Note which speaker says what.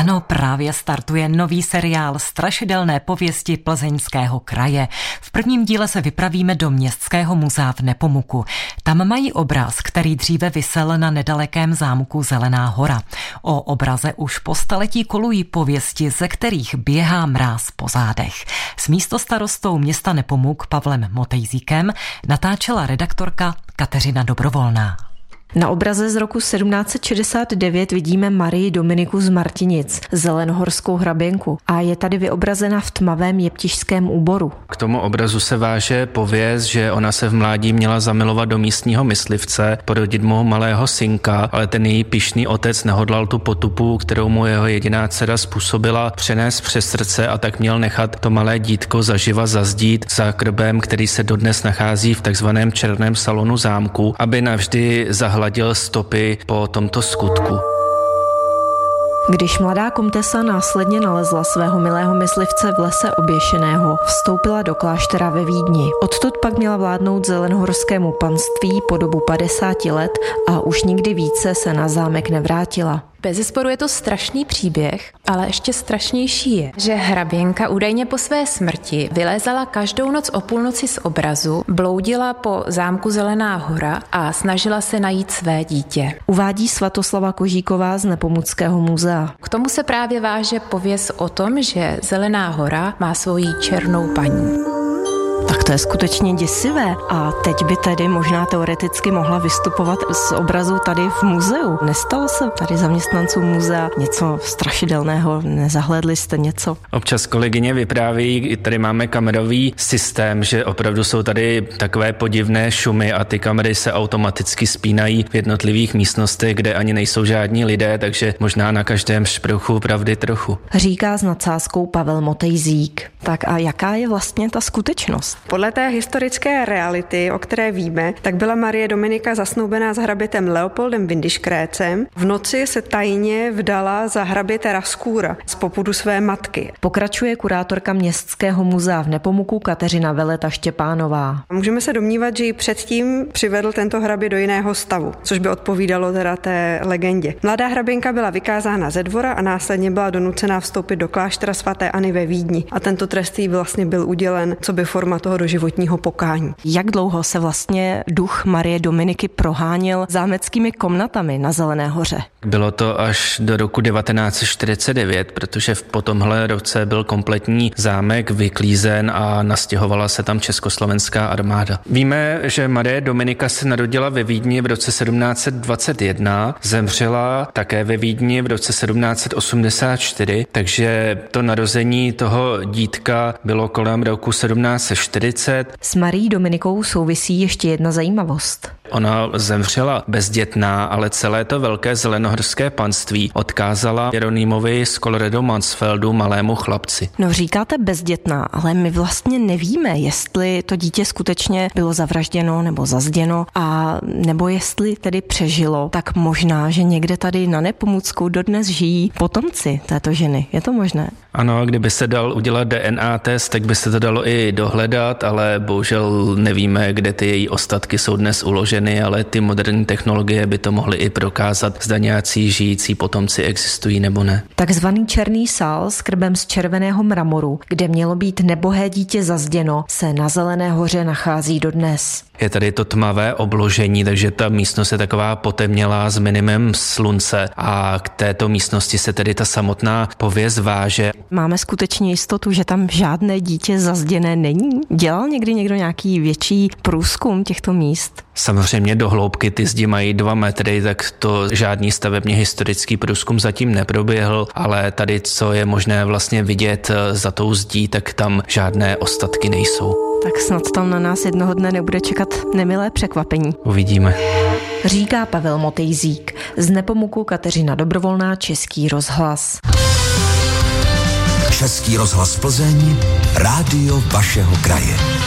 Speaker 1: Ano, právě startuje nový seriál Strašidelné pověsti Plzeňského kraje. V prvním díle se vypravíme do Městského muzea v Nepomuku. Tam mají obraz, který dříve visel na nedalekém zámku Zelená hora. O obraze už po staletí kolují pověsti, ze kterých běhá mráz po zádech. S místostarostou města Nepomuk Pavlem Motejzíkem natáčela redaktorka Kateřina Dobrovolná.
Speaker 2: Na obraze z roku 1769 vidíme Marii Dominiku z Martinic, zelenohorskou hraběnku, a je tady vyobrazena v tmavém jeptišském úboru.
Speaker 3: K tomu obrazu se váže pověst, že ona se v mládí měla zamilovat do místního myslivce, porodit mu malého synka, ale ten její pyšný otec nehodlal tu potupu, kterou mu jeho jediná dcera způsobila, přenést přes srdce, a tak měl nechat to malé dítko zaživa zazdít za krbem, který se dodnes nachází v takzvaném černém salonu zámku, aby navždy zahladil stopy po tomto skutku.
Speaker 2: Když mladá komtesa následně nalezla svého milého myslivce v lese oběšeného, vstoupila do kláštera ve Vídni. Odtud pak měla vládnout zelenohorskému panství po dobu 50 let a už nikdy více se na zámek nevrátila.
Speaker 4: Bezesporu je to strašný příběh, ale ještě strašnější je, že hraběnka údajně po své smrti vylézala každou noc o půlnoci z obrazu, bloudila po zámku Zelená hora a snažila se najít své dítě.
Speaker 2: Uvádí Svatoslava Kožíková z Nepomuckého muzea.
Speaker 4: K tomu se právě váže pověst o tom, že Zelená hora má svoji černou paní.
Speaker 2: Tak to je skutečně děsivé. A teď by tedy možná teoreticky mohla vystupovat z obrazu tady v muzeu. Nestalo se tady zaměstnancům muzea něco strašidelného? Nezahlédli jste něco?
Speaker 3: Občas kolegyně vypráví, tady máme kamerový systém, že opravdu jsou tady takové podivné šumy a ty kamery se automaticky spínají v jednotlivých místnostech, kde ani nejsou žádní lidé, takže možná na každém šprochu pravdy trochu.
Speaker 2: Říká s nadsázkou Pavel Motejzík. Tak a jaká je vlastně ta skutečnost?
Speaker 5: Podle té historické reality, o které víme, tak byla Marie Dominika zasnoubená s hrabětem Leopoldem Windischgrätzem. V noci se tajně vdala za hraběte Raskůra z popudu své matky.
Speaker 2: Pokračuje kurátorka Městského muzea v Nepomuku Kateřina Veleta Štěpánová.
Speaker 5: Můžeme se domnívat, že ji předtím přivedl tento hrabě do jiného stavu, což by odpovídalo teda té legendě. Mladá hraběnka byla vykázána ze dvora a následně byla donucena vstoupit do kláštera svaté Anny ve Vídni a tento trest jí vlastně byl udělen co by forma toho doživotního pokání.
Speaker 2: Jak dlouho se vlastně duch Marie Dominiky proháněl zámeckými komnatami na Zelené hoře?
Speaker 3: Bylo to až do roku 1949, protože po tomhle roce byl kompletní zámek vyklízen a nastěhovala se tam československá armáda. Víme, že Marie Dominika se narodila ve Vídni v roce 1721, zemřela také ve Vídni v roce 1784, takže to narození toho dítka bylo kolem roku 1740.
Speaker 2: S Marií Dominikou souvisí ještě jedna zajímavost.
Speaker 3: Ona zemřela bezdětná, ale celé to velké zelenohorské panství odkázala Jeronýmovi z Colloredo Mansfeldu, malému chlapci.
Speaker 2: No, říkáte bezdětná, ale my vlastně nevíme, jestli to dítě skutečně bylo zavražděno nebo zazděno, a nebo jestli tedy přežilo. Tak možná, že někde tady na Nepomucku dodnes žijí potomci této ženy. Je to možné?
Speaker 3: Ano, kdyby se dal udělat DNA test, tak by se to dalo i dohledat, ale bohužel nevíme, kde ty její ostatky jsou dnes uloženy, ale ty moderní technologie by to mohly i prokázat, zda nějací žijící potomci existují nebo ne.
Speaker 2: Takzvaný černý sál s krbem z červeného mramoru, kde mělo být nebohé dítě zazděno, se na Zelené hoře nachází dodnes.
Speaker 3: Je tady to tmavé obložení, takže ta místnost je taková potemnělá s minimem slunce a k této místnosti se tedy ta samotná pověst váže.
Speaker 2: Máme skutečně jistotu, že tam žádné dítě zazděné není? Dělal někdy někdo nějaký větší průzkum těchto míst?
Speaker 3: Samozřejmě do hloubky ty zdi mají 2 metry, tak to žádný stavebně historický průzkum zatím neproběhl, ale tady, co je možné vlastně vidět za tou zdí, tak tam žádné ostatky nejsou.
Speaker 2: Tak snad tam na nás jednoho dne nebude čekat nemilé překvapení.
Speaker 3: Uvidíme.
Speaker 2: Říká Pavel Motejzík. Z Nepomuku Kateřina Dobrovolná, Český rozhlas.
Speaker 6: Český rozhlas Plzeň, rádio vašeho kraje.